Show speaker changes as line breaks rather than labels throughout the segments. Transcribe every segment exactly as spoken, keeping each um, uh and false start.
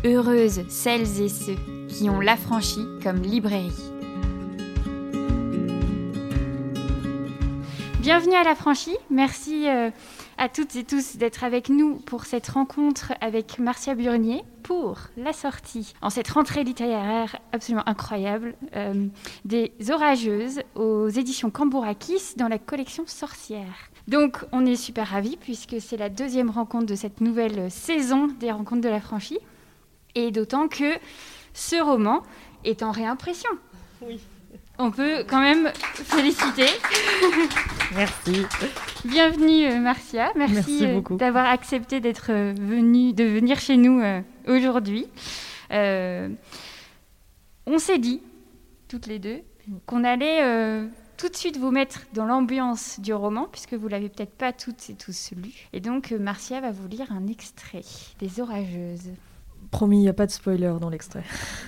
Heureuses celles et ceux qui ont l'Affranchi comme librairie. Bienvenue à l'Affranchi, merci euh, à toutes et tous d'être avec nous pour cette rencontre avec Marcia Burnier pour la sortie, en cette rentrée littéraire absolument incroyable, euh, des Orageuses aux éditions Cambourakis dans la collection Sorcières. Donc on est super ravis puisque c'est la deuxième rencontre de cette nouvelle saison des rencontres de l'Affranchi, et d'autant que ce roman est en réimpression.
Oui.
On peut quand même féliciter.
Merci.
Bienvenue Marcia, merci, merci beaucoup euh, d'avoir accepté d'être venue, de venir chez nous euh, aujourd'hui. Euh, on s'est dit, toutes les deux, qu'on allait euh, tout de suite vous mettre dans l'ambiance du roman, puisque vous ne l'avez peut-être pas toutes et tous lu. Et donc euh, Marcia va vous lire un extrait des Orageuses.
Promis, il n'y a pas de spoiler dans l'extrait.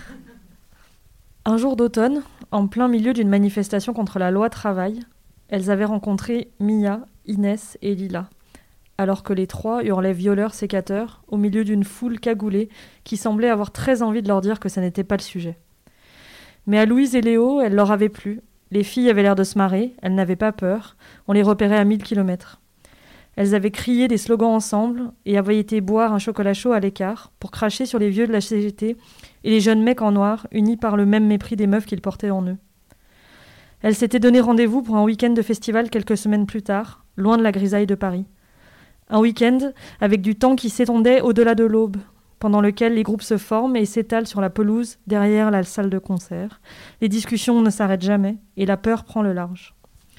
Un jour d'automne, en plein milieu d'une manifestation contre la loi travail, elles avaient rencontré Mia, Inès et Lila, alors que les trois hurlaient violeurs sécateurs au milieu d'une foule cagoulée qui semblait avoir très envie de leur dire que ça n'était pas le sujet. Mais à Louise et Léo, elle leur avait plu. Les filles avaient l'air de se marrer, elles n'avaient pas peur, on les repérait à mille kilomètres. Elles avaient crié des slogans ensemble et avaient été boire un chocolat chaud à l'écart pour cracher sur les vieux de la C G T et les jeunes mecs en noir, unis par le même mépris des meufs qu'ils portaient en eux. Elles s'étaient donné rendez-vous pour un week-end de festival quelques semaines plus tard, loin de la grisaille de Paris. Un week-end avec du temps qui s'étendait au-delà de l'aube, pendant lequel les groupes se forment et s'étalent sur la pelouse derrière la salle de concert. Les discussions ne s'arrêtent jamais et la peur prend le large.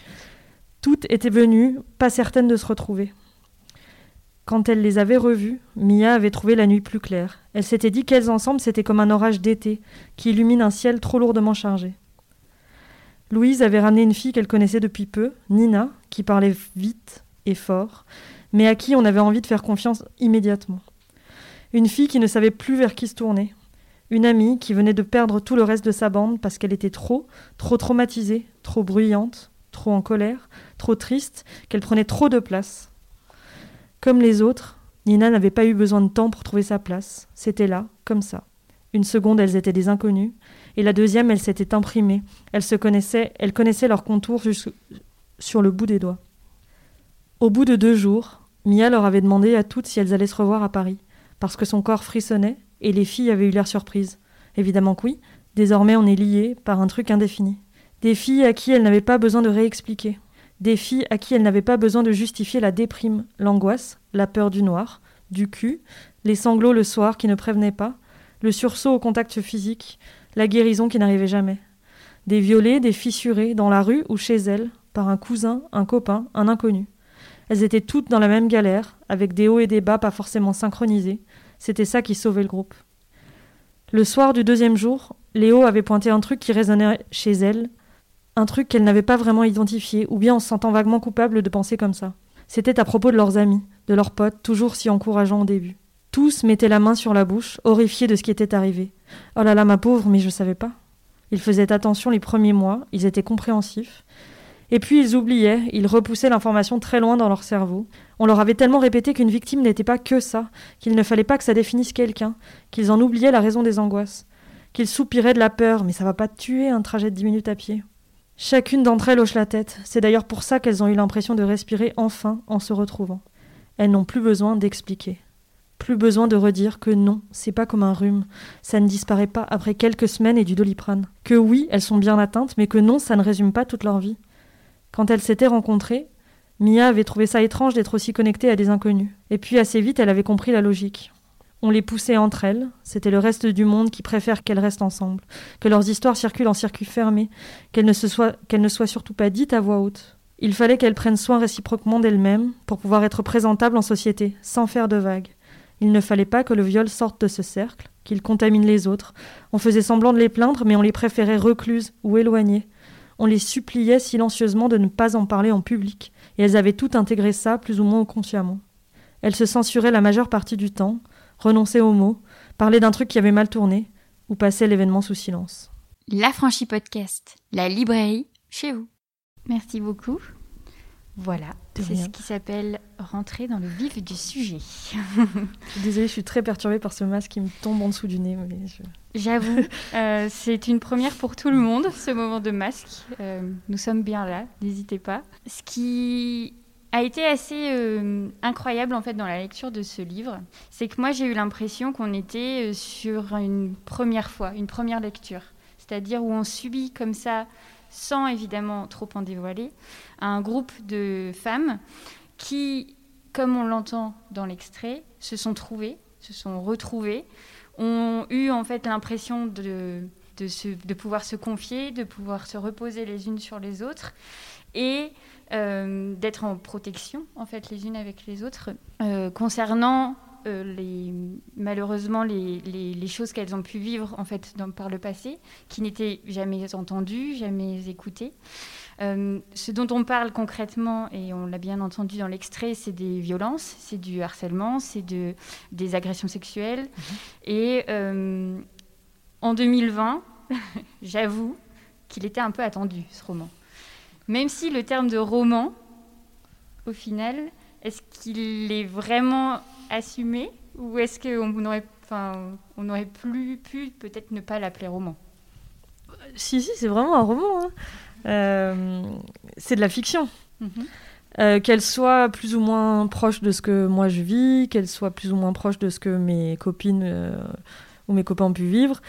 Toutes étaient venues, pas certaines de se retrouver. Quand elle les avait revues, Mia avait trouvé la nuit plus claire. Elle s'était dit qu'elles ensemble, c'était comme un orage d'été qui illumine un ciel trop lourdement chargé. Louise avait ramené une fille qu'elle connaissait depuis peu, Nina, qui parlait vite et fort, mais à qui on avait envie de faire confiance immédiatement. Une fille qui ne savait plus vers qui se tourner. Une amie qui venait de perdre tout le reste de sa bande parce qu'elle était trop, trop traumatisée, trop bruyante, trop en colère, trop triste, qu'elle prenait trop de place. Comme les autres, Nina n'avait pas eu besoin de temps pour trouver sa place. C'était là, comme ça. Une seconde, elles étaient des inconnues, et la deuxième, elle s'était imprimée. Elles se connaissaient, elles connaissaient leurs contours jusque sur le bout des doigts. Au bout de deux jours, Mia leur avait demandé à toutes si elles allaient se revoir à Paris, parce que son corps frissonnait, et les filles avaient eu l'air surprises. Évidemment que oui, désormais on est liées par un truc indéfini. Des filles à qui elle n'avait pas besoin de réexpliquer. Des filles à qui elle n'avait pas besoin de justifier la déprime, l'angoisse, la peur du noir, du cul, les sanglots le soir qui ne prévenaient pas, le sursaut au contact physique, la guérison qui n'arrivait jamais. Des violées, des fissurées, dans la rue ou chez elles, par un cousin, un copain, un inconnu. Elles étaient toutes dans la même galère, avec des hauts et des bas pas forcément synchronisés. C'était ça qui sauvait le groupe. Le soir du deuxième jour, Léo avait pointé un truc qui résonnait chez elle, un truc qu'elle n'avait pas vraiment identifié, ou bien en se sentant vaguement coupable de penser comme ça. C'était à propos de leurs amis, de leurs potes, toujours si encourageants au début. Tous mettaient la main sur la bouche, horrifiés de ce qui était arrivé. « Oh là là, ma pauvre, mais je savais pas. » Ils faisaient attention les premiers mois, ils étaient compréhensifs. Et puis ils oubliaient, ils repoussaient l'information très loin dans leur cerveau. On leur avait tellement répété qu'une victime n'était pas que ça, qu'il ne fallait pas que ça définisse quelqu'un, qu'ils en oubliaient la raison des angoisses, qu'ils soupiraient de la peur, mais ça va pas te tuer un trajet de dix minutes à pied. Chacune d'entre elles hoche la tête. C'est d'ailleurs pour ça qu'elles ont eu l'impression de respirer enfin en se retrouvant. Elles n'ont plus besoin d'expliquer. Plus besoin de redire que non, c'est pas comme un rhume. Ça ne disparaît pas après quelques semaines et du Doliprane. Que oui, elles sont bien atteintes, mais que non, ça ne résume pas toute leur vie. Quand elles s'étaient rencontrées, Mia avait trouvé ça étrange d'être aussi connectée à des inconnus. Et puis assez vite, elle avait compris la logique. On les poussait entre elles, c'était le reste du monde qui préfère qu'elles restent ensemble, que leurs histoires circulent en circuit fermé, qu'elles ne, se soient, qu'elles ne soient surtout pas dites à voix haute. Il fallait qu'elles prennent soin réciproquement d'elles-mêmes pour pouvoir être présentables en société, sans faire de vagues. Il ne fallait pas que le viol sorte de ce cercle, qu'il contamine les autres. On faisait semblant de les plaindre, mais on les préférait recluses ou éloignées. On les suppliait silencieusement de ne pas en parler en public, et elles avaient toutes intégré ça, plus ou moins consciemment. Elles se censuraient la majeure partie du temps, renonçaient aux mots, parlaient d'un truc qui avait mal tourné, ou passaient l'événement sous silence.
L'Affranchi Podcast, la librairie chez vous. Merci beaucoup. Voilà,
De
c'est
rien.
ce qui s'appelle rentrer dans le vif du sujet.
Désolée, je suis très perturbée par ce masque qui me tombe en dessous du nez. Mais je...
J'avoue, euh, c'est une première pour tout le monde, ce moment de masque. Euh, nous sommes bien là, n'hésitez pas. Ce qui a été assez euh, incroyable en fait dans la lecture de ce livre, c'est que moi j'ai eu l'impression qu'on était sur une première fois, une première lecture. C'est-à-dire où on subit comme ça, sans évidemment trop en dévoiler, un groupe de femmes qui, comme on l'entend dans l'extrait, se sont trouvées, se sont retrouvées, ont eu en fait l'impression de, de, se, de pouvoir se confier, de pouvoir se reposer les unes sur les autres et euh, d'être en protection en fait les unes avec les autres euh, concernant euh, les, malheureusement les, les, les choses qu'elles ont pu vivre en fait dans, par le passé, qui n'étaient jamais entendues, jamais écoutées. Euh, ce dont on parle concrètement, et on l'a bien entendu dans l'extrait, c'est des violences, c'est du harcèlement, c'est de, des agressions sexuelles. Mmh. Et euh, en deux mille vingt, j'avoue qu'il était un peu attendu, ce roman. Même si le terme de roman, au final, est-ce qu'il est vraiment assumé ou est-ce qu'on aurait, enfin, on aurait plus pu peut-être ne pas l'appeler roman ?
Si, si, c'est vraiment un roman. Hein. Euh, c'est de la fiction. Mm-hmm. Euh, qu'elle soit plus ou moins proche de ce que moi je vis, qu'elle soit plus ou moins proche de ce que mes copines euh, ou mes copains ont pu vivre.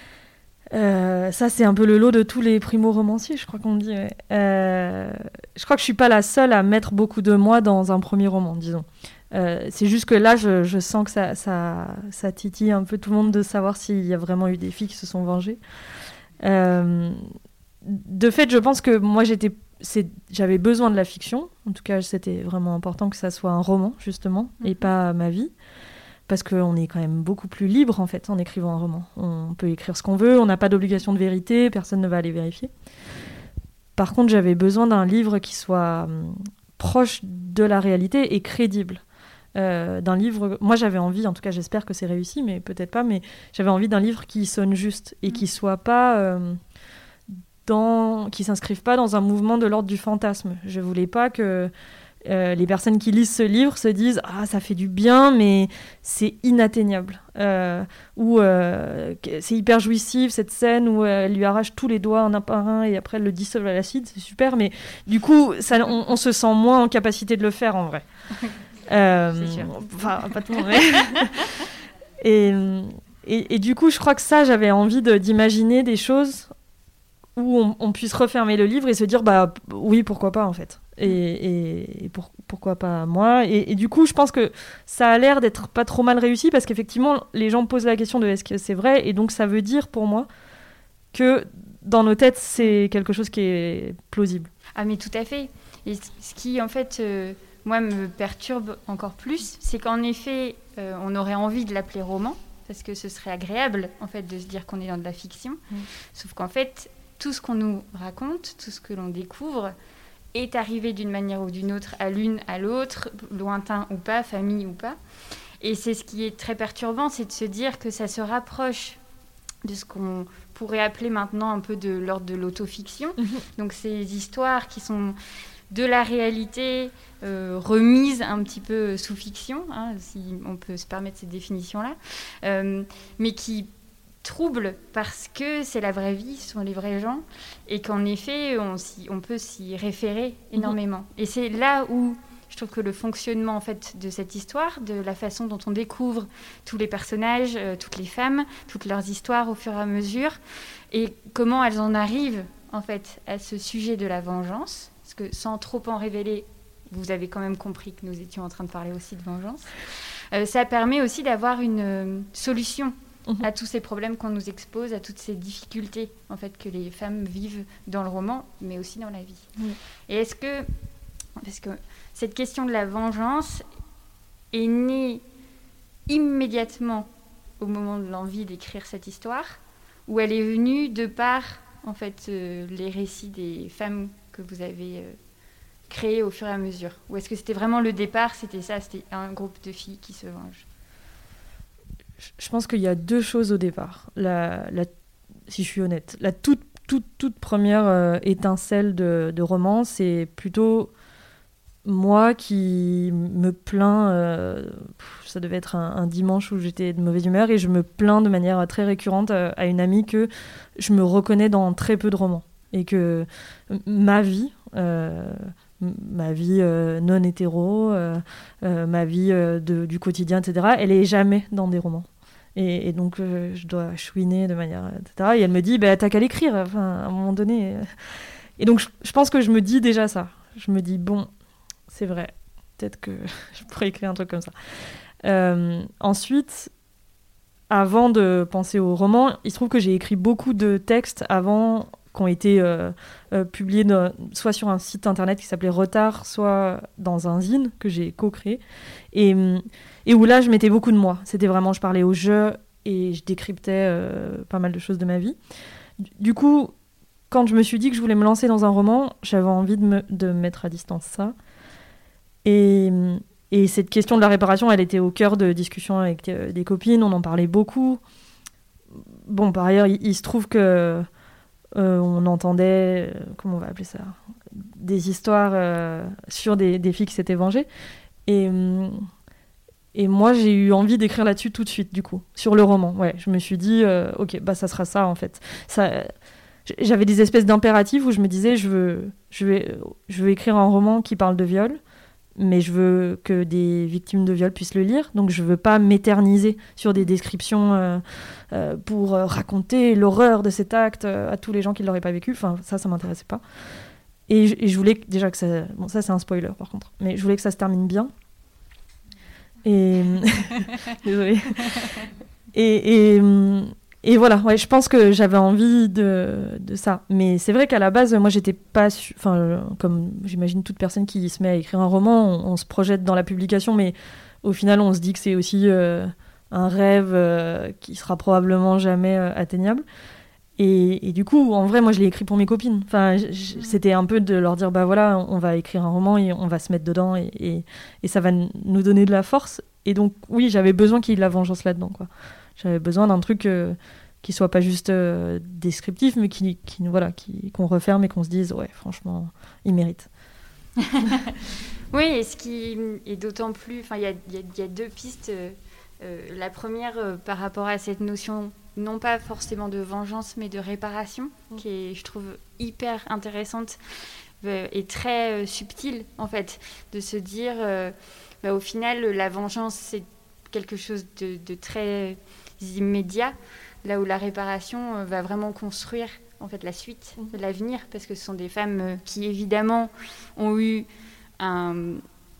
Euh, ça, c'est un peu le lot de tous les primo-romanciers, je crois qu'on dit. Ouais. Euh, je crois que je suis pas la seule à mettre beaucoup de moi dans un premier roman, disons. Euh, c'est juste que là, je, je sens que ça, ça, ça titille un peu tout le monde de savoir s'il y a vraiment eu des filles qui se sont vengées. Euh, de fait, je pense que moi, j'étais, c'est, j'avais besoin de la fiction. En tout cas, c'était vraiment important que ça soit un roman, justement, mmh. et pas ma vie. Parce qu'on est quand même beaucoup plus libre, en fait, en écrivant un roman. On peut écrire ce qu'on veut, on n'a pas d'obligation de vérité, personne ne va aller vérifier. Par contre, j'avais besoin d'un livre qui soit hum, proche de la réalité et crédible. Euh, d'un livre... Moi, j'avais envie, en tout cas, j'espère que c'est réussi, mais peut-être pas, mais j'avais envie d'un livre qui sonne juste et qui soit pas... Euh, dans... qui s'inscrive pas dans un mouvement de l'ordre du fantasme. Je voulais pas que... Euh, les personnes qui lisent ce livre se disent « Ah, ça fait du bien, mais c'est inatteignable. Euh, » Ou euh, « C'est hyper jouissif, cette scène où elle lui arrache tous les doigts un à un et après elle le dissolve à l'acide, c'est super, mais du coup, ça, on, on se sent moins en capacité de le faire, en vrai. Euh,
c'est sûr.
Enfin, pas tout le monde, mais... et, et, et du coup, je crois que ça, j'avais envie de, d'imaginer des choses où on, on puisse refermer le livre et se dire « Bah oui, pourquoi pas, en fait. » Et, et, et pour, pourquoi pas moi et, et du coup je pense que ça a l'air d'être pas trop mal réussi parce qu'effectivement les gens posent la question de est-ce que c'est vrai, et donc ça veut dire pour moi que dans nos têtes c'est quelque chose qui est plausible.
Ah mais tout à fait, et ce qui en fait euh, moi me perturbe encore plus, c'est qu'en effet euh, on aurait envie de l'appeler roman parce que ce serait agréable en fait de se dire qu'on est dans de la fiction, mmh. sauf qu'en fait tout ce qu'on nous raconte, tout ce que l'on découvre est arrivé d'une manière ou d'une autre à l'une, à l'autre, lointain ou pas, famille ou pas. Et c'est ce qui est très perturbant, c'est de se dire que ça se rapproche de ce qu'on pourrait appeler maintenant un peu de l'ordre de l'autofiction. Mmh. Donc ces histoires qui sont de la réalité euh, remises un petit peu sous fiction, hein, si on peut se permettre cette définition-là, euh, mais qui trouble parce que c'est la vraie vie, ce sont les vrais gens, et qu'en effet, on, s'y, on peut s'y référer énormément. Mmh. Et c'est là où je trouve que le fonctionnement en fait, de cette histoire, de la façon dont on découvre tous les personnages, euh, toutes les femmes, toutes leurs histoires au fur et à mesure, et comment elles en arrivent en fait, à ce sujet de la vengeance, parce que sans trop en révéler, vous avez quand même compris que nous étions en train de parler aussi de vengeance, euh, ça permet aussi d'avoir une euh, solution à tous ces problèmes qu'on nous expose, à toutes ces difficultés en fait, que les femmes vivent dans le roman, mais aussi dans la vie. Mmh. Et est-ce que, parce que cette question de la vengeance est née immédiatement au moment de l'envie d'écrire cette histoire, ou elle est venue de par en fait, euh, les récits des femmes que vous avez euh, créés au fur et à mesure? Ou est-ce que c'était vraiment le départ, c'était ça, c'était un groupe de filles qui se vengent?
Je pense qu'il y a deux choses au départ. La, la, si je suis honnête, la toute, toute, toute première euh, étincelle de, de roman, c'est plutôt moi qui me plains, euh, ça devait être un, un dimanche où j'étais de mauvaise humeur, et je me plains de manière très récurrente à, à une amie que je me reconnais dans très peu de romans. Et que ma vie, euh, ma vie euh, non hétéro, euh, euh, ma vie euh, de, du quotidien, et cetera, elle est jamais dans des romans. Et, et donc, euh, je dois chouiner de manière, et cetera. Et elle me dit, bah, t'as qu'à l'écrire, enfin, à un moment donné. Et donc, je, je pense que je me dis déjà ça. Je me dis, bon, c'est vrai, peut-être que je pourrais écrire un truc comme ça. Euh, ensuite, avant de penser au roman, il se trouve que j'ai écrit beaucoup de textes avant qui ont été euh, euh, publiés de, soit sur un site internet qui s'appelait Retard, soit dans un zine que j'ai co-créé. Et, et où là, je mettais beaucoup de moi. C'était vraiment, je parlais au jeu et je décryptais euh, pas mal de choses de ma vie. Du coup, quand je me suis dit que je voulais me lancer dans un roman, j'avais envie de me, de mettre à distance ça. Et, et cette question de la réparation, elle était au cœur de discussions avec euh, des copines, on en parlait beaucoup. Bon, par ailleurs, il, il se trouve que Euh, on entendait, euh, comment on va appeler ça, des histoires euh, sur des, des filles qui s'étaient vengées. Et, et moi, j'ai eu envie d'écrire là-dessus tout de suite, du coup, sur le roman. Ouais, je me suis dit, euh, ok, bah ça sera ça, en fait. Ça, j'avais des espèces d'impératifs où je me disais, je veux, je, vais, je veux écrire un roman qui parle de viol, mais je veux que des victimes de viol puissent le lire, donc je veux pas m'éterniser sur des descriptions euh, euh, pour euh, raconter l'horreur de cet acte euh, à tous les gens qui ne l'auraient pas vécu. Enfin, ça, ça m'intéressait pas. Et je, et je voulais que, déjà que ça... Bon, ça, c'est un spoiler, par contre. Mais je voulais que ça se termine bien. Et... Désolée. Et... et Et voilà, ouais, je pense que j'avais envie de, de ça. Mais c'est vrai qu'à la base, moi, j'étais pas... Su- enfin, euh, comme j'imagine toute personne qui se met à écrire un roman, on, on se projette dans la publication, mais au final, on se dit que c'est aussi euh, un rêve euh, qui sera probablement jamais euh, atteignable. Et, et du coup, en vrai, moi, je l'ai écrit pour mes copines. Enfin, j- j- c'était un peu de leur dire, bah voilà, on va écrire un roman et on va se mettre dedans et, et, et ça va n- nous donner de la force. Et donc, oui, j'avais besoin qu'il y ait de la vengeance là-dedans, quoi. J'avais besoin d'un truc euh, qui soit pas juste euh, descriptif, mais qui, qui, voilà, qui, qu'on referme et qu'on se dise, ouais, franchement, il mérite.
Oui, et ce qui est d'autant plus... Enfin, il y a, y, a, y a deux pistes. Euh, euh, la première, euh, par rapport à cette notion, non pas forcément de vengeance, mais de réparation, mmh. qui est, je trouve, hyper intéressante euh, et très euh, subtile, en fait, de se dire, euh, bah, au final, la vengeance, c'est quelque chose de, de très immédiat, là où la réparation euh, va vraiment construire en fait la suite, mmh. l'avenir, parce que ce sont des femmes euh, qui évidemment ont eu un,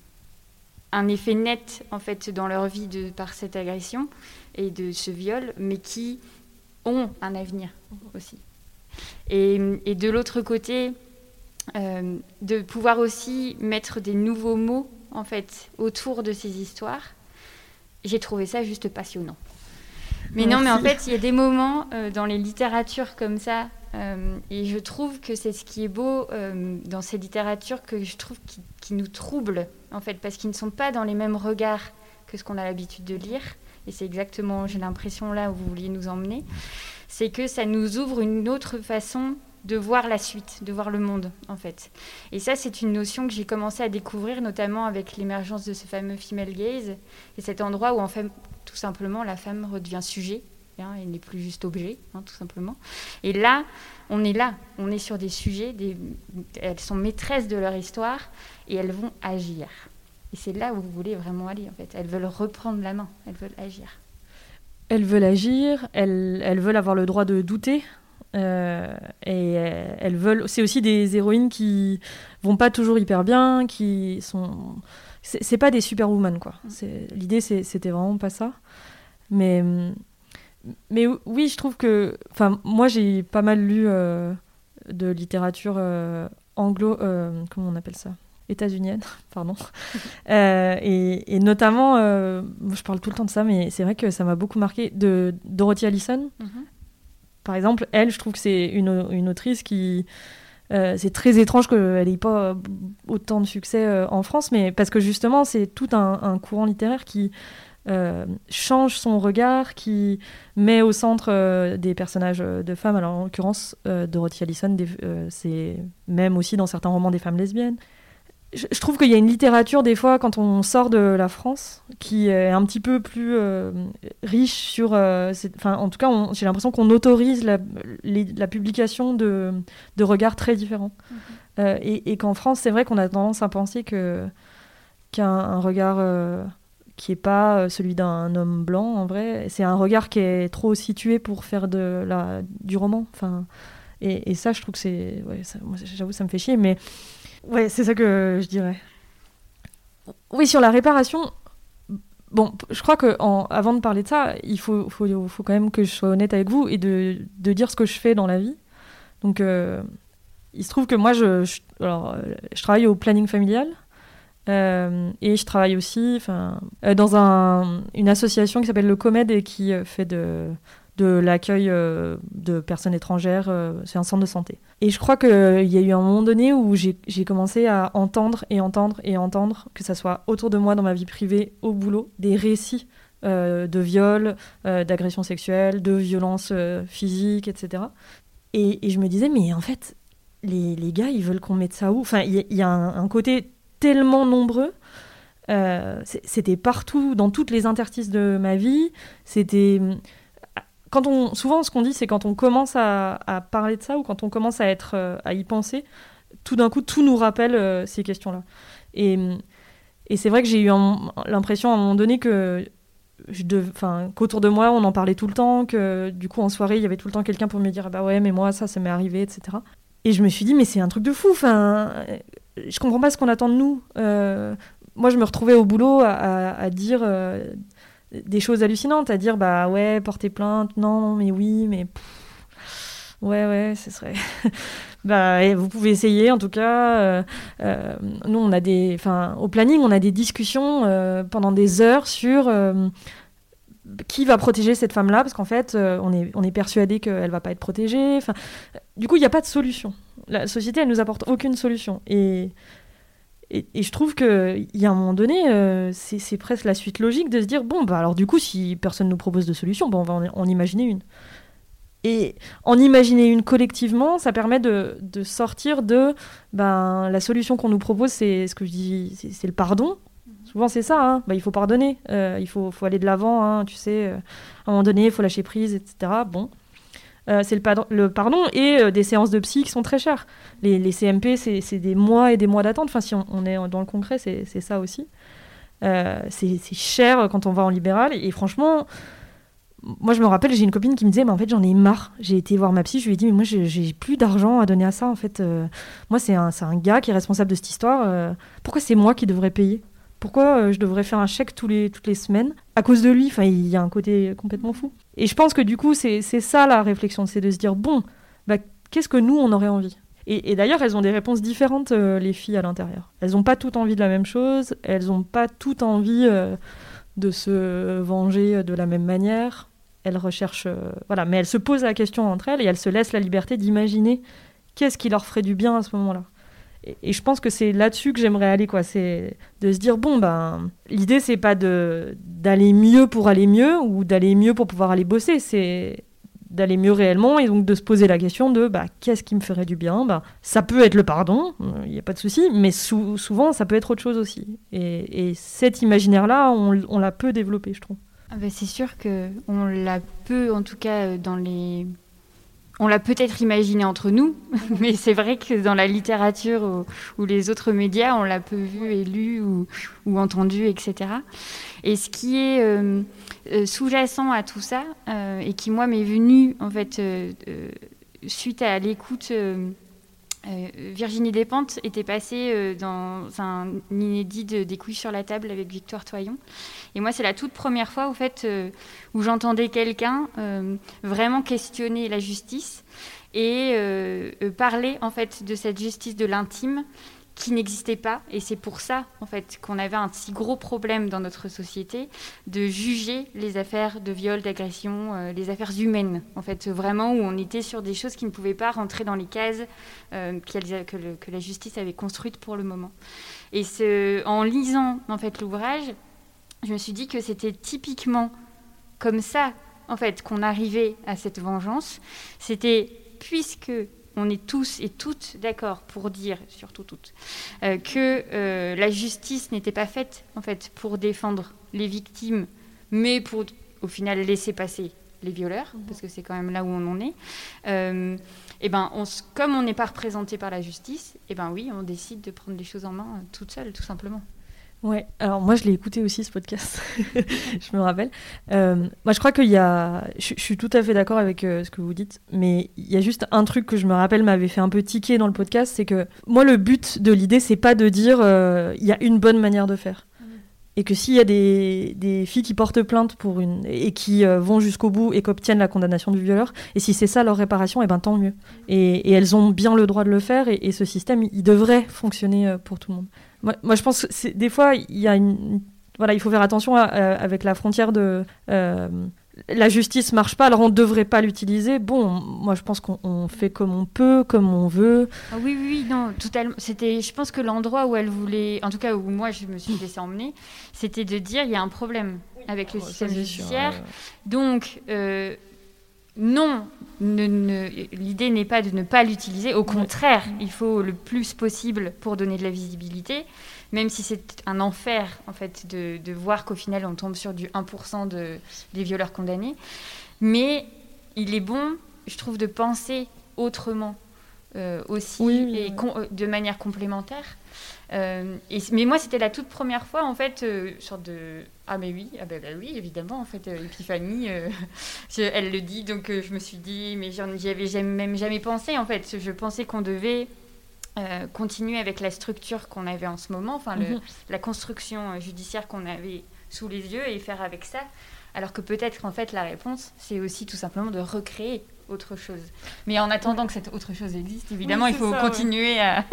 un effet net en fait dans leur vie de, par cette agression et de ce viol, mais qui ont un avenir mmh. aussi. Et, et de l'autre côté, euh, de pouvoir aussi mettre des nouveaux mots en fait autour de ces histoires. J'ai trouvé ça juste passionnant. Mais Merci. Non, mais en fait, il y a des moments euh, dans les littératures comme ça, euh, et je trouve que c'est ce qui est beau euh, dans ces littératures que je trouve qui, qui nous troublent, en fait, parce qu'ils ne sont pas dans les mêmes regards que ce qu'on a l'habitude de lire. Et c'est exactement, j'ai l'impression, là où vous vouliez nous emmener. C'est que ça nous ouvre une autre façon de voir la suite, de voir le monde, en fait. Et ça, c'est une notion que j'ai commencé à découvrir, notamment avec l'émergence de ce fameux female gaze, et cet endroit où, en fait, tout simplement, la femme redevient sujet, hein, elle n'est plus juste objet, hein, tout simplement. Et là, on est là, on est sur des sujets, des... elles sont maîtresses de leur histoire, et elles vont agir. Et c'est là où vous voulez vraiment aller, en fait. Elles veulent reprendre la main, elles veulent agir.
Elles veulent agir, elles, elles veulent avoir le droit de douter. Euh, et elles veulent. C'est aussi des héroïnes qui vont pas toujours hyper bien, qui sont. C'est, c'est pas des superwoman quoi. C'est, l'idée c'est, c'était vraiment pas ça. Mais mais oui, je trouve que. Enfin, moi j'ai pas mal lu euh, de littérature euh, anglo. Euh, comment on appelle ça? États-unienne, pardon. euh, et, et notamment, euh, je parle tout le temps de ça, mais c'est vrai que ça m'a beaucoup marqué de Dorothy Allison. Mm-hmm. Par exemple, elle, je trouve que c'est une, une autrice qui... Euh, c'est très étrange qu'elle n'ait pas autant de succès euh, en France, mais parce que justement, c'est tout un, un courant littéraire qui euh, change son regard, qui met au centre euh, des personnages de femmes. Alors, en l'occurrence, euh, Dorothy Allison, des, euh, c'est même aussi dans certains romans des femmes lesbiennes. je, je trouve qu'il y a une littérature, des fois, quand on sort de la France, qui est un petit peu plus euh, riche sur... Euh, enfin, en tout cas, on, j'ai l'impression qu'on autorise la, les, la publication de, de regards très différents. Mmh. Euh, et, et qu'en France, c'est vrai qu'on a tendance à penser que, qu'un un regard... Euh, qui n'est pas celui d'un homme blanc, en vrai. C'est un regard qui est trop situé pour faire de la, du roman. Enfin, et, et ça, je trouve que c'est... Ouais, ça, moi, j'avoue, ça me fait chier, mais... Ouais, c'est ça que je dirais. Oui, sur la réparation... Bon, je crois qu'avant de parler de ça, il faut, faut, faut quand même que je sois honnête avec vous et de, de dire ce que je fais dans la vie. Donc, euh, il se trouve que moi, je, je, alors, je travaille au planning familial. Euh, et je travaille aussi euh, dans un, une association qui s'appelle le COMED et qui euh, fait de, de l'accueil euh, de personnes étrangères. Euh, c'est un centre de santé. Et je crois qu'il euh, y a eu un moment donné où j'ai, j'ai commencé à entendre et entendre et entendre, que ça soit autour de moi dans ma vie privée, au boulot, des récits euh, de viols, euh, d'agressions sexuelles, de violences euh, physiques, et cetera. Et, et je me disais, mais en fait, les, les gars, ils veulent qu'on mette ça où ? Enfin, il y, y a un, un côté... tellement nombreux, euh, c'était partout, dans toutes les interstices de ma vie. C'était quand on, souvent ce qu'on dit, c'est quand on commence à, à parler de ça ou quand on commence à être, à y penser, tout d'un coup, tout nous rappelle euh, ces questions-là. Et, et c'est vrai que j'ai eu un, l'impression à un moment donné que je dev, qu'autour de moi, on en parlait tout le temps, que du coup en soirée, il y avait tout le temps quelqu'un pour me dire ah bah ouais, mais moi ça, ça m'est arrivé, et cetera. Et je me suis dit mais c'est un truc de fou. Enfin. Je comprends pas ce qu'on attend de nous. Euh, moi, je me retrouvais au boulot à, à, à dire euh, des choses hallucinantes, à dire bah ouais, porter plainte, non, mais oui, mais pff, ouais, ouais, ce serait. bah, vous pouvez essayer, en tout cas. Euh, euh, nous, on a des, enfin, au planning, on a des discussions euh, pendant des heures sur euh, qui va protéger cette femme-là, parce qu'en fait, euh, on est, on est persuadé qu'elle va pas être protégée. Enfin, du coup, il n'y a pas de solution. La société, elle nous apporte aucune solution. Et, et, et je trouve qu'il y a un moment donné, euh, c'est, c'est presque la suite logique de se dire, bon, bah alors du coup, si personne nous propose de solution, bah, on va en, en imaginer une. Et en imaginer une collectivement, ça permet de, de sortir de... Ben, la solution qu'on nous propose, c'est ce que je dis, c'est, c'est le pardon. Souvent, c'est ça. Hein. Bah, il faut pardonner. Euh, il faut, faut aller de l'avant. Hein, tu sais, euh, à un moment donné, il faut lâcher prise, et cetera. Bon. Euh, c'est le, pardon, le pardon et euh, des séances de psy qui sont très chères. Les, les C M P, c'est, c'est des mois et des mois d'attente. Enfin, si on, on est dans le concret, c'est, c'est ça aussi. Euh, c'est, c'est cher quand on va en libéral. Et, et franchement, moi, je me rappelle, j'ai une copine qui me disait, mais en fait, j'en ai marre. J'ai été voir ma psy, je lui ai dit, mais moi, j'ai, j'ai plus d'argent à donner à ça. En fait, euh, moi, c'est un, c'est un gars qui est responsable de cette histoire. Euh, pourquoi c'est moi qui devrais payer ? Pourquoi euh, je devrais faire un chèque tous les, toutes les semaines à cause de lui ? Enfin, il y a un côté complètement fou. Et je pense que du coup, c'est, c'est ça la réflexion, c'est de se dire, bon, bah, qu'est-ce que nous, on aurait envie ? et, et d'ailleurs, elles ont des réponses différentes, euh, les filles à l'intérieur. Elles n'ont pas toutes envie de la même chose, elles n'ont pas toutes envie euh, de se venger de la même manière. Elles recherchent... Euh, voilà, mais elles se posent la question entre elles et elles se laissent la liberté d'imaginer qu'est-ce qui leur ferait du bien à ce moment-là. Et je pense que c'est là-dessus que j'aimerais aller, quoi. C'est de se dire, bon, ben, l'idée, c'est pas de, d'aller mieux pour aller mieux ou d'aller mieux pour pouvoir aller bosser. C'est d'aller mieux réellement et donc de se poser la question de, bah, qu'est-ce qui me ferait du bien ? Ben, ça peut être le pardon, il n'y a pas de souci, mais sou- souvent, ça peut être autre chose aussi. Et, et cet imaginaire-là, on, on l'a peu développé, je trouve.
Ah ben c'est sûr qu'on l'a peu, en tout cas, dans les... On l'a peut-être imaginé entre nous, mais c'est vrai que dans la littérature ou, ou les autres médias, on l'a peu vu et lu ou, ou entendu, et cetera. Et ce qui est euh, euh, sous-jacent à tout ça, euh, et qui, moi, m'est venu, en fait, euh, euh, suite à l'écoute... Euh, Euh, Virginie Despentes était passée euh, dans un inédit de, des couilles sur la table avec Victoire Toyon. Et moi, c'est la toute première fois au fait, euh, où j'entendais quelqu'un euh, vraiment questionner la justice et euh, euh, parler en fait, de cette justice de l'intime qui n'existait pas. Et c'est pour ça en fait, qu'on avait un si gros problème dans notre société de juger les affaires de viol, d'agression, euh, les affaires humaines. En fait, vraiment où on était sur des choses qui ne pouvaient pas rentrer dans les cases euh, que, le, que la justice avait construites pour le moment. Et ce, en lisant en fait, l'ouvrage, je me suis dit que c'était typiquement comme ça en fait, qu'on arrivait à cette vengeance. C'était puisque on est tous et toutes d'accord pour dire, surtout toutes, euh, que euh, la justice n'était pas faite en fait pour défendre les victimes, mais pour au final laisser passer les violeurs, mmh. parce que c'est quand même là où on en est. Euh, et ben, on, comme on n'est pas représenté par la justice, et ben oui, on décide de prendre les choses en main euh, toute seule, tout simplement.
Ouais, alors moi je l'ai écouté aussi ce podcast, je me rappelle. Euh, moi je crois qu'il y a, je, je suis tout à fait d'accord avec euh, ce que vous dites, mais il y a juste un truc que je me rappelle m'avait fait un peu tiquer dans le podcast, c'est que moi le but de l'idée c'est pas de dire euh, il y a une bonne manière de faire. Et que s'il y a des, des filles qui portent plainte pour une, et qui euh, vont jusqu'au bout et qui obtiennent la condamnation du violeur, et si c'est ça leur réparation, et ben tant mieux. Et, et elles ont bien le droit de le faire, et, et ce système, il, il devrait fonctionner euh, pour tout le monde. Moi, moi je pense que c'est, des fois, il y a une, voilà, il faut faire attention à, à, avec la frontière de... Euh, la justice marche pas, alors on devrait pas l'utiliser. Bon, moi je pense qu'on on fait comme on peut, comme on veut.
Oui, oui, oui, non, totalement. C'était, je pense que l'endroit où elle voulait, en tout cas où moi je me suis laissée emmener, c'était de dire il y a un problème avec le oh, système judiciaire. Sûr, ouais. Donc, euh, non, ne, ne, l'idée n'est pas de ne pas l'utiliser. Au contraire, ouais. il faut le plus possible pour donner de la visibilité. Même si c'est un enfer, en fait, de, de voir qu'au final, on tombe sur du un pour cent de, des violeurs condamnés. Mais il est bon, je trouve, de penser autrement euh, aussi, oui, et oui. Com- de manière complémentaire. Euh, et, mais moi, c'était la toute première fois, en fait, euh, sorte de... Ah, mais oui, ah ben, bah, oui, évidemment, en fait, euh, Épiphanie, euh, je, elle le dit, donc euh, je me suis dit, mais j'y avais jamais, même jamais pensé, en fait. Je pensais qu'on devait... Euh, continuer avec la structure qu'on avait en ce moment, enfin le, mmh. la construction judiciaire qu'on avait sous les yeux et faire avec ça, alors que peut-être qu'en fait la réponse c'est aussi tout simplement de recréer autre chose. Mais en attendant ouais. que cette autre chose existe, évidemment oui, il faut ça, continuer ouais. à,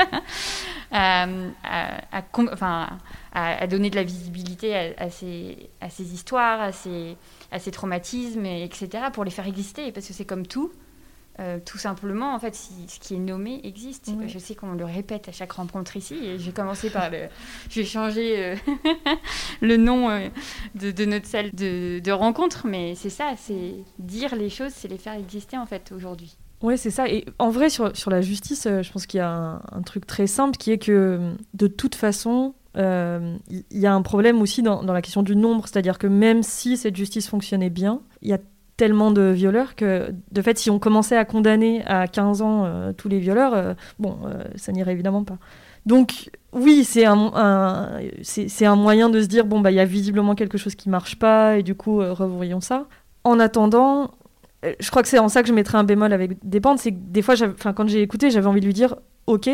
à, à, à, enfin, à, à donner de la visibilité à, à, ces, à ces histoires, à ces, à ces traumatismes, et, etc. pour les faire exister, parce que c'est comme tout. Euh, tout simplement, en fait, si, ce qui est nommé existe. Oui. Je sais qu'on le répète à chaque rencontre ici, et je vais commencer par le... Je vais changer euh, le nom euh, de, de notre salle de, de rencontre, mais c'est ça, c'est dire les choses, c'est les faire exister, en fait, aujourd'hui.
Ouais, c'est ça. Et en vrai, sur, sur la justice, euh, je pense qu'il y a un, un truc très simple qui est que, de toute façon, il euh, y a un problème aussi dans, dans la question du nombre. C'est-à-dire que même si cette justice fonctionnait bien, il y a tellement de violeurs que, de fait, si on commençait à condamner à quinze ans euh, tous les violeurs, euh, bon, euh, ça n'irait évidemment pas. Donc, oui, c'est un, un, c'est, c'est un moyen de se dire, bon, bah, il y a visiblement quelque chose qui ne marche pas, et du coup, euh, revoyons ça. En attendant, euh, je crois que c'est en ça que je mettrais un bémol avec Dépendre, c'est que des fois, quand j'ai écouté, j'avais envie de lui dire, ok,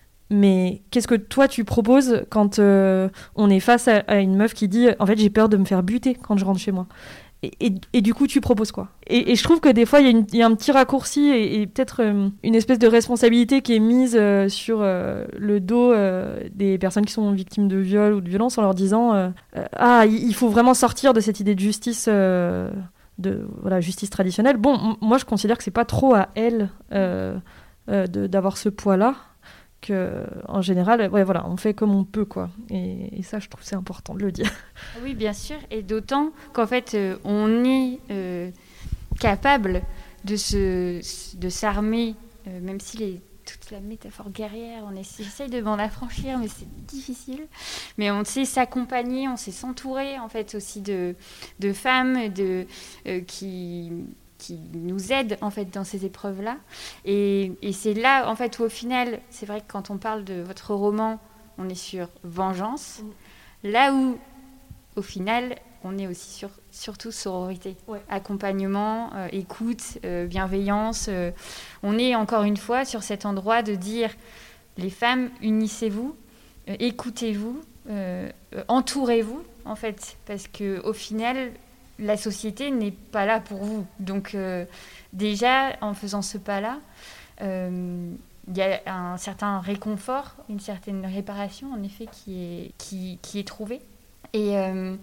mais qu'est-ce que toi, tu proposes quand euh, on est face à, à une meuf qui dit, en fait, j'ai peur de me faire buter quand je rentre chez moi. Et, et, et du coup, tu proposes quoi ? et, et je trouve que des fois, il y, y a un petit raccourci et, et peut-être euh, une espèce de responsabilité qui est mise euh, sur euh, le dos euh, des personnes qui sont victimes de viol ou de violence en leur disant euh, euh, « Ah, il faut vraiment sortir de cette idée de justice, euh, de voilà, justice traditionnelle. » Bon, m- moi, je considère que c'est pas trop à elle euh, euh, de, d'avoir ce poids-là. Que, en général, ouais, voilà, on fait comme on peut, quoi. Et, et ça, je trouve c'est important de le dire.
Oui, bien sûr, et d'autant qu'en fait, euh, on est euh, capable de, se, de s'armer, euh, même si les, toute la métaphore guerrière, on essaye de m'en affranchir, mais c'est difficile. Mais on sait s'accompagner, on sait s'entourer, en fait, aussi de, de femmes de, euh, qui... qui nous aident en fait dans ces épreuves-là. Et, et c'est là, en fait, où au final, c'est vrai que quand on parle de votre roman, on est sur vengeance. Mmh. Là où, au final, on est aussi sur surtout sororité, ouais. accompagnement, euh, écoute, euh, bienveillance. Euh, on est encore une fois sur cet endroit de dire, les femmes, unissez-vous, euh, écoutez-vous, euh, euh, entourez-vous, en fait, parce qu'au final, la société n'est pas là pour vous. Donc euh, déjà, en faisant ce pas-là, il euh, y a un certain réconfort, une certaine réparation, en effet, qui est, qui, qui est trouvée. Et, euh,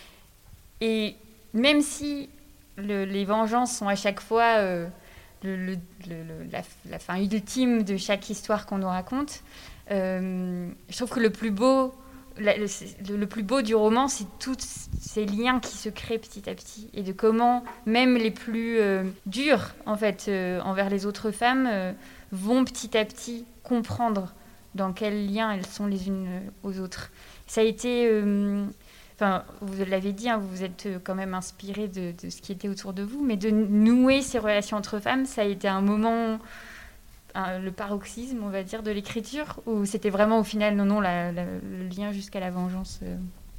et même si le, les vengeances sont à chaque fois euh, le, le, le, la, la fin ultime de chaque histoire qu'on nous raconte, euh, je trouve que le plus beau la, le, le, le plus beau du roman, c'est tous ces liens qui se créent petit à petit et de comment même les plus euh, durs, en fait, euh, envers les autres femmes, euh, vont petit à petit comprendre dans quels liens elles sont les unes aux autres. Ça a été... Euh, Enfin, vous l'avez dit, hein, vous vous êtes quand même inspiré de, de ce qui était autour de vous, mais de nouer ces relations entre femmes, ça a été un moment, un, le paroxysme, on va dire, de l'écriture, ou c'était vraiment au final, non, non, la, la, le lien jusqu'à la vengeance euh...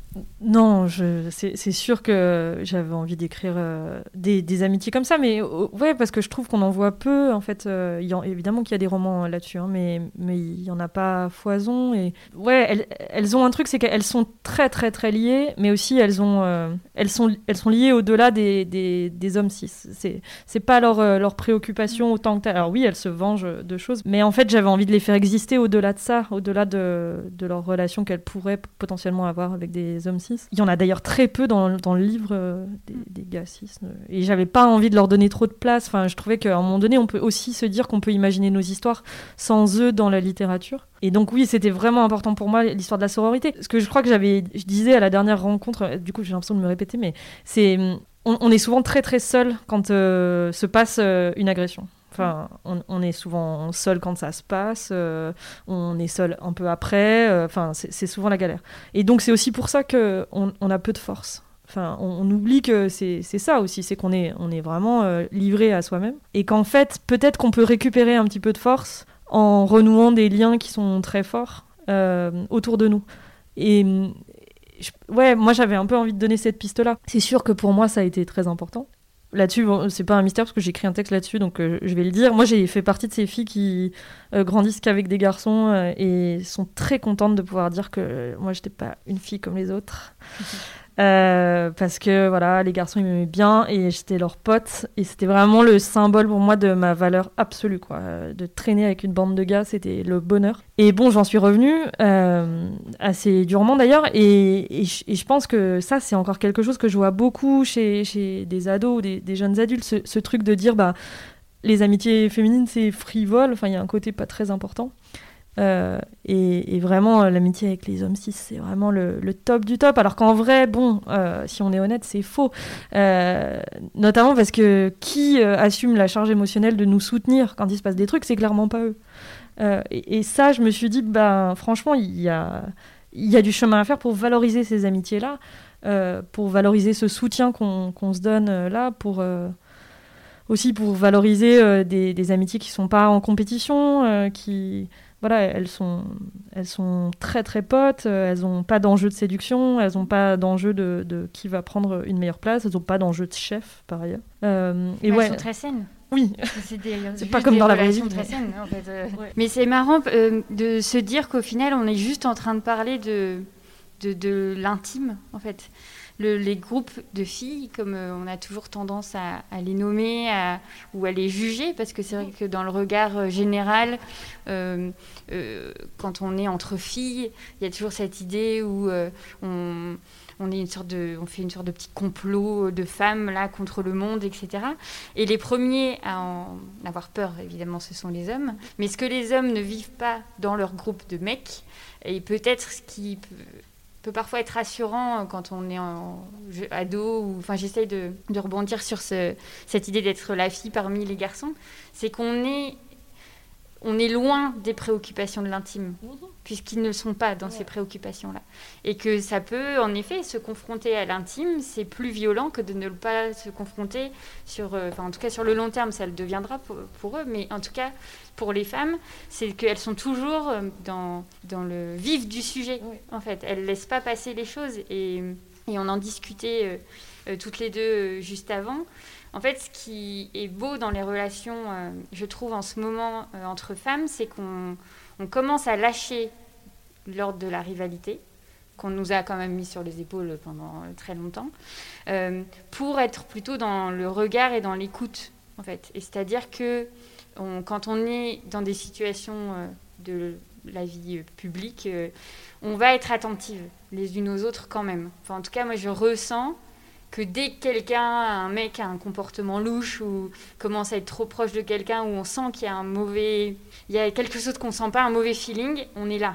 Non, je, c'est, c'est sûr que j'avais envie d'écrire euh, des, des amitiés comme ça, mais euh, ouais, parce que je trouve qu'on en voit peu. En fait, euh, y en, évidemment qu'il y a des romans là-dessus, hein, mais mais il y en a pas foison. Et ouais, elles, elles ont un truc, c'est qu'elles sont très très très liées, mais aussi elles ont euh, elles sont elles sont liées au-delà des, des, des hommes cis. C'est c'est pas leur euh, leur préoccupation autant que tel. Alors oui, elles se vengent de choses, mais en fait, j'avais envie de les faire exister au-delà de ça, au-delà de de leur relation qu'elles pourraient potentiellement avoir avec des hommes cis. Il y en a d'ailleurs très peu dans, dans le livre euh, des, des gars cis. Et j'avais pas envie de leur donner trop de place. Enfin, je trouvais qu'à un moment donné, on peut aussi se dire qu'on peut imaginer nos histoires sans eux dans la littérature. Et donc oui, c'était vraiment important pour moi, l'histoire de la sororité. Ce que je crois que j'avais, je disais à la dernière rencontre, du coup j'ai l'impression de me répéter, mais c'est... On, on est souvent très très seul quand euh, se passe euh, une agression. Enfin, on, on est souvent seul quand ça se passe, euh, on est seul un peu après, euh, enfin, c'est, c'est souvent la galère. Et donc, c'est aussi pour ça qu'on on a peu de force. Enfin, on, on oublie que c'est, c'est ça aussi, c'est qu'on est, on est vraiment euh, livré à soi-même. Et qu'en fait, peut-être qu'on peut récupérer un petit peu de force en renouant des liens qui sont très forts euh, autour de nous. Et je, ouais, moi, j'avais un peu envie de donner cette piste-là. C'est sûr que pour moi, ça a été très important. Là-dessus, bon, c'est pas un mystère parce que j'ai écrit un texte là-dessus, donc euh, je vais le dire. Moi, j'ai fait partie de ces filles qui euh, grandissent qu'avec des garçons euh, et sont très contentes de pouvoir dire que euh, moi, j'étais pas une fille comme les autres. Euh, parce que voilà, les garçons ils m'aimaient bien et j'étais leur pote et c'était vraiment le symbole pour moi de ma valeur absolue, quoi. De traîner avec une bande de gars, c'était le bonheur. Et bon, j'en suis revenue euh, assez durement d'ailleurs et, et, et je pense que ça c'est encore quelque chose que je vois beaucoup chez, chez des ados ou des, des jeunes adultes, ce, ce truc de dire bah les amitiés féminines c'est frivole, enfin il y a un côté pas très important. Euh, et, et vraiment euh, l'amitié avec les hommes cis c'est vraiment le, le top du top, alors qu'en vrai bon euh, si on est honnête c'est faux, euh, notamment parce que qui euh, assume la charge émotionnelle de nous soutenir quand il se passe des trucs, c'est clairement pas eux. Euh, et, et ça je me suis dit bah franchement il y a, il y a du chemin à faire pour valoriser ces amitiés là, euh, pour valoriser ce soutien qu'on, qu'on se donne euh, là, pour euh, aussi pour valoriser euh, des, des amitiés qui sont pas en compétition, euh, qui voilà, elles sont, elles sont très très potes, euh, elles n'ont pas d'enjeu de séduction, elles n'ont pas d'enjeu de, de qui va prendre une meilleure place, elles n'ont pas d'enjeu de chef par ailleurs. Euh, et
ouais,
ouais,
elles sont très saines.
Oui,
c'est, des,
c'est pas comme dans la vraie vie.
Très saines, en fait. euh. ouais. Mais c'est marrant euh, de se dire qu'au final, on est juste en train de parler de, de, de l'intime, en fait. Le, les groupes de filles, comme euh, on a toujours tendance à, à les nommer à, ou à les juger, parce que c'est vrai que dans le regard euh, général, euh, euh, quand on est entre filles, il y a toujours cette idée où euh, on, on, est une sorte de, on fait une sorte de petit complot de femmes là, contre le monde, et cetera. Et les premiers à en avoir peur, évidemment, ce sont les hommes. Mais ce que les hommes ne vivent pas dans leur groupe de mecs, et peut-être ce qui peut... peut parfois être rassurant quand on est en ado, ou enfin j'essaye de, de rebondir sur ce, cette idée d'être la fille parmi les garçons, c'est qu'on est, on est loin des préoccupations de l'intime, puisqu'ils ne sont pas dans ouais. ces préoccupations-là. Et que ça peut, en effet, se confronter à l'intime, c'est plus violent que de ne pas se confronter sur... Euh, enfin, en tout cas, sur le long terme, ça le deviendra pour, pour eux, mais en tout cas, pour les femmes, c'est qu'elles sont toujours dans, dans le vif du sujet, oui. en fait. Elles ne laissent pas passer les choses. Et, et on en discutait euh, euh, toutes les deux euh, juste avant. En fait, ce qui est beau dans les relations, euh, je trouve, en ce moment, euh, entre femmes, c'est qu'on on commence à lâcher l'ordre de la rivalité, qu'on nous a quand même mis sur les épaules pendant très longtemps, euh, pour être plutôt dans le regard et dans l'écoute, en fait. Et c'est-à-dire que on, quand on est dans des situations euh, de la vie euh, publique, euh, on va être attentive les unes aux autres quand même. Enfin, en tout cas, moi, je ressens que dès que quelqu'un, un mec a un comportement louche ou commence à être trop proche de quelqu'un, où on sent qu'il y a un mauvais... Il y a quelque chose qu'on ne sent pas, un mauvais feeling, on est là.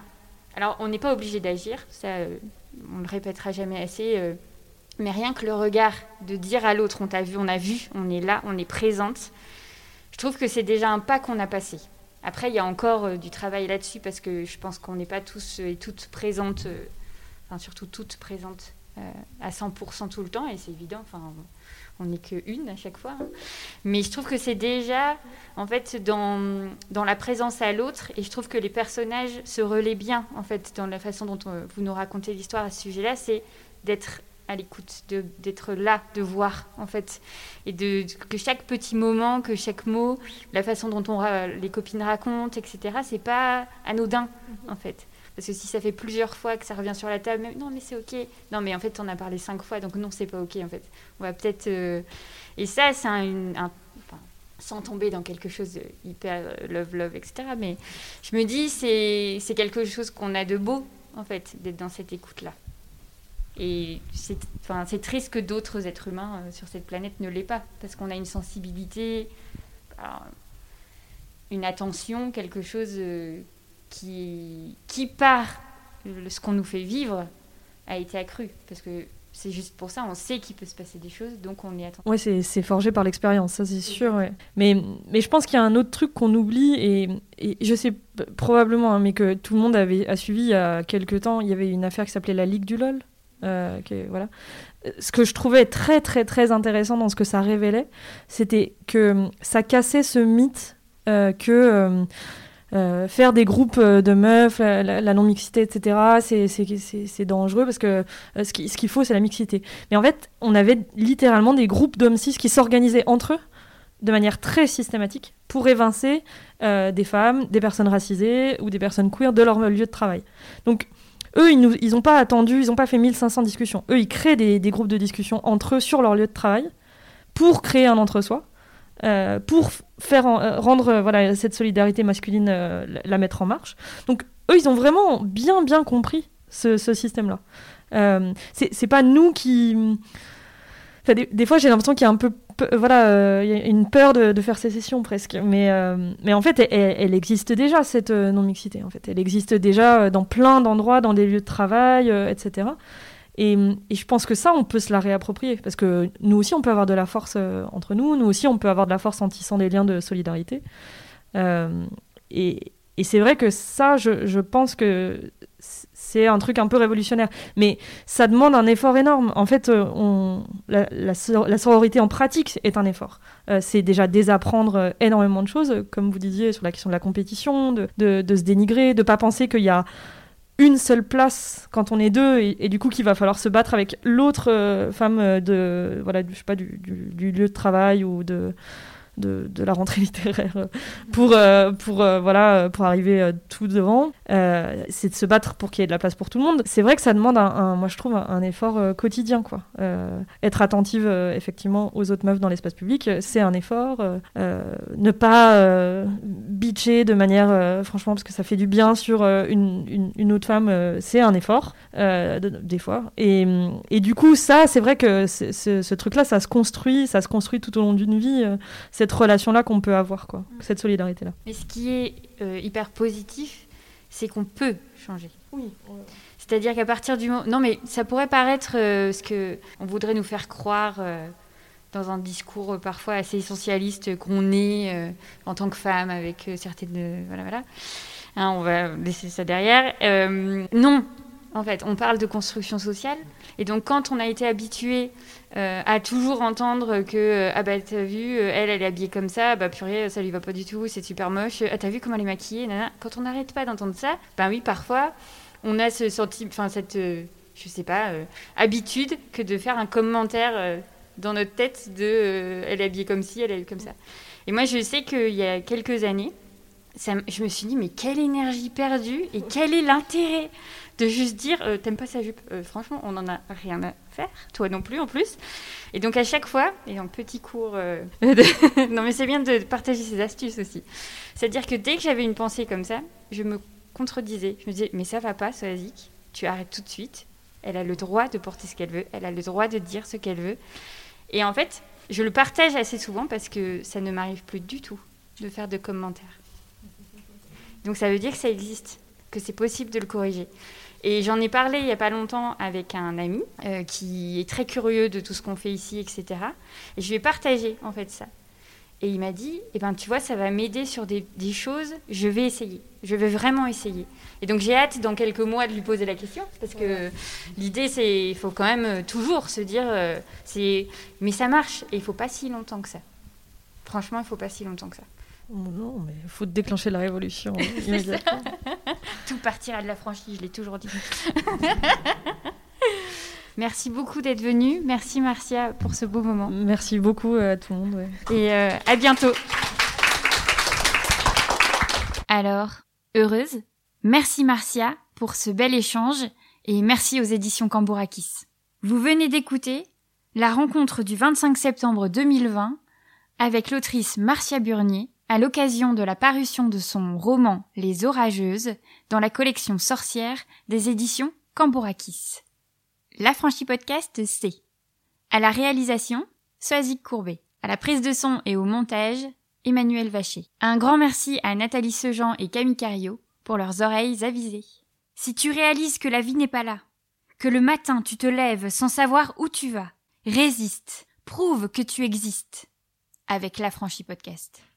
Alors, on n'est pas obligé d'agir, ça, euh, on ne le répétera jamais assez, euh, mais rien que le regard de dire à l'autre, on t'a vu, on a vu, on est là, on est présente, je trouve que c'est déjà un pas qu'on a passé. Après, il y a encore euh, du travail là-dessus, parce que je pense qu'on n'est pas tous et toutes présentes, euh, enfin surtout toutes présentes euh, à cent pour cent tout le temps, et c'est évident, enfin... on n'est qu'une à chaque fois. Hein. Mais je trouve que c'est déjà, en fait, dans, dans la présence à l'autre, et je trouve que les personnages se relaient bien, en fait, dans la façon dont on, vous nous racontez l'histoire à ce sujet-là, c'est d'être à l'écoute, de, d'être là, de voir, en fait. Et de, que chaque petit moment, que chaque mot, la façon dont on, les copines racontent, et cetera, c'est pas anodin, en fait. Parce que si ça fait plusieurs fois que ça revient sur la table, mais, non mais c'est ok. Non mais en fait on a parlé cinq fois, donc non c'est pas ok en fait. On va peut-être... Euh... Et ça c'est un... un... Enfin, sans tomber dans quelque chose de hyper love love, et cetera. Mais je me dis c'est, c'est quelque chose qu'on a de beau en fait, d'être dans cette écoute-là. Et c'est, enfin, c'est triste que d'autres êtres humains euh, sur cette planète ne l'aient pas. Parce qu'on a une sensibilité, alors, une attention, quelque chose... Euh, Qui, qui par ce qu'on nous fait vivre a été accru, parce que c'est juste pour ça, on sait qu'il peut se passer des choses, donc on est attentif.
Ouais, c'est, c'est forgé par l'expérience, ça c'est sûr. Ouais. Mais, mais je pense qu'il y a un autre truc qu'on oublie, et, et je sais probablement, hein, mais que tout le monde avait, a suivi il y a quelques temps, il y avait une affaire qui s'appelait la Ligue du LOL. Euh, que, voilà. Ce que je trouvais très très très intéressant dans ce que ça révélait, c'était que ça cassait ce mythe euh, que... Euh, Euh, faire des groupes de meufs, la, la, la non-mixité, et cetera, c'est, c'est, c'est, c'est dangereux parce que euh, ce, qui, ce qu'il faut, c'est la mixité. Mais en fait, on avait littéralement des groupes d'hommes cis qui s'organisaient entre eux de manière très systématique pour évincer euh, des femmes, des personnes racisées ou des personnes queer de leur lieu de travail. Donc, eux, ils n'ont ils ont pas attendu, ils n'ont pas fait mille cinq cents discussions. Eux, ils créent des, des groupes de discussion entre eux sur leur lieu de travail pour créer un entre-soi. Euh, pour faire en, euh, rendre euh, voilà, cette solidarité masculine, euh, la, la mettre en marche. Donc eux, ils ont vraiment bien bien compris ce, ce système-là. Euh, c'est, c'est pas nous qui... Enfin, des, des fois, j'ai l'impression qu'il y a un peu... peu voilà, euh, il y a une peur de, de faire sécession presque. Mais, euh, mais en fait, elle, elle existe déjà, cette euh, non-mixité. En fait. Elle existe déjà dans plein d'endroits, dans des lieux de travail, euh, et cetera. Et, et je pense que ça, on peut se la réapproprier. Parce que nous aussi, on peut avoir de la force euh, entre nous. Nous aussi, on peut avoir de la force en tissant des liens de solidarité. Euh, et, et c'est vrai que ça, je, je pense que c'est un truc un peu révolutionnaire. Mais ça demande un effort énorme. En fait, on, la, la, la sororité en pratique est un effort. Euh, c'est déjà désapprendre énormément de choses, comme vous disiez, sur la question de la compétition, de, de, de se dénigrer, de ne pas penser qu'il y a une seule place quand on est deux, et, et du coup qu'il va falloir se battre avec l'autre euh, femme de, voilà, du, je sais pas, du, du, du lieu de travail ou de, de, de la rentrée littéraire pour, euh, pour, euh, voilà, pour arriver euh, tout devant. Euh, c'est de se battre pour qu'il y ait de la place pour tout le monde. C'est vrai que ça demande, un, un, moi je trouve, un, un effort euh, quotidien, quoi. Euh, être attentive euh, effectivement aux autres meufs dans l'espace public, c'est un effort. Euh, euh, ne pas euh, bitcher de manière, euh, franchement, parce que ça fait du bien sur euh, une, une, une autre femme, euh, c'est un effort, euh, de, des fois. Et, et du coup, ça, c'est vrai que c'est, c'est, ce truc-là, ça se construit, ça se construit tout au long d'une vie, euh, cette relation-là qu'on peut avoir, quoi, cette solidarité-là.
Mais ce qui est euh, hyper positif, c'est qu'on peut changer.
Oui. Ouais.
C'est-à-dire qu'à partir du moment... Non, mais ça pourrait paraître euh, ce qu'on voudrait nous faire croire euh, dans un discours euh, parfois assez essentialiste qu'on est euh, en tant que femme avec euh, certaines... Euh, voilà, voilà. Hein, on va laisser ça derrière. Euh, non, en fait, on parle de construction sociale. Et donc, quand on a été habitué euh, à toujours entendre que euh, ah bah t'as vu, euh, elle, elle est habillée comme ça, bah purée, ça lui va pas du tout, c'est super moche. Ah t'as vu comment elle est maquillée, nanana. Quand on n'arrête pas d'entendre ça, ben oui, parfois, on a ce senti, enfin cette, euh, je sais pas, euh, habitude que de faire un commentaire euh, dans notre tête de euh, elle est habillée comme ci, elle est comme ça. Et moi, je sais qu'il y a quelques années, ça, je me suis dit mais quelle énergie perdue et quel est l'intérêt de juste dire euh, t'aimes pas sa jupe, euh, franchement on en a rien à faire, toi non plus en plus. Et donc à chaque fois, et en petit cours euh, de... non mais c'est bien de partager ces astuces aussi, c'est à dire que dès que j'avais une pensée comme ça, je me contredisais, je me disais mais ça va pas Soazic, tu arrêtes tout de suite, elle a le droit de porter ce qu'elle veut, elle a le droit de dire ce qu'elle veut. Et en fait je le partage assez souvent parce que ça ne m'arrive plus du tout de faire de commentaires. Donc ça veut dire que ça existe. que c'est possible de le corriger. Et j'en ai parlé il n'y a pas longtemps avec un ami euh, qui est très curieux de tout ce qu'on fait ici, et cetera. Et je lui ai partagé en fait ça. Et il m'a dit, eh ben, tu vois, ça va m'aider sur des, des choses, je vais essayer. Je vais vraiment essayer. Et donc j'ai hâte dans quelques mois de lui poser la question, parce que ouais. L'idée, c'est il faut quand même toujours se dire, euh, c'est, mais ça marche, et il ne faut pas si longtemps que ça. Franchement, il ne faut pas si longtemps que ça.
Non, mais il faut déclencher la révolution immédiatement.
Tout partira de la franchise, je l'ai toujours dit. Merci beaucoup d'être venue. Merci Marcia pour ce beau moment.
Merci beaucoup à tout le monde. Ouais.
Et euh, à bientôt. Alors, heureuse ? Merci Marcia pour ce bel échange et merci aux éditions Cambourakis. Vous venez d'écouter la rencontre du vingt-cinq septembre deux mille vingt avec l'autrice Marcia Burnier à l'occasion de la parution de son roman Les Orageuses dans la collection Sorcières des éditions Cambourakis. L'Affranchi Podcast, c'est à la réalisation, Soazic Courbet, à la prise de son et au montage, Emmanuel Vacher. Un grand merci à Nathalie Sejean et Camille Cario pour leurs oreilles avisées. Si tu réalises que la vie n'est pas là, que le matin tu te lèves sans savoir où tu vas, résiste, prouve que tu existes avec l'Affranchi Podcast.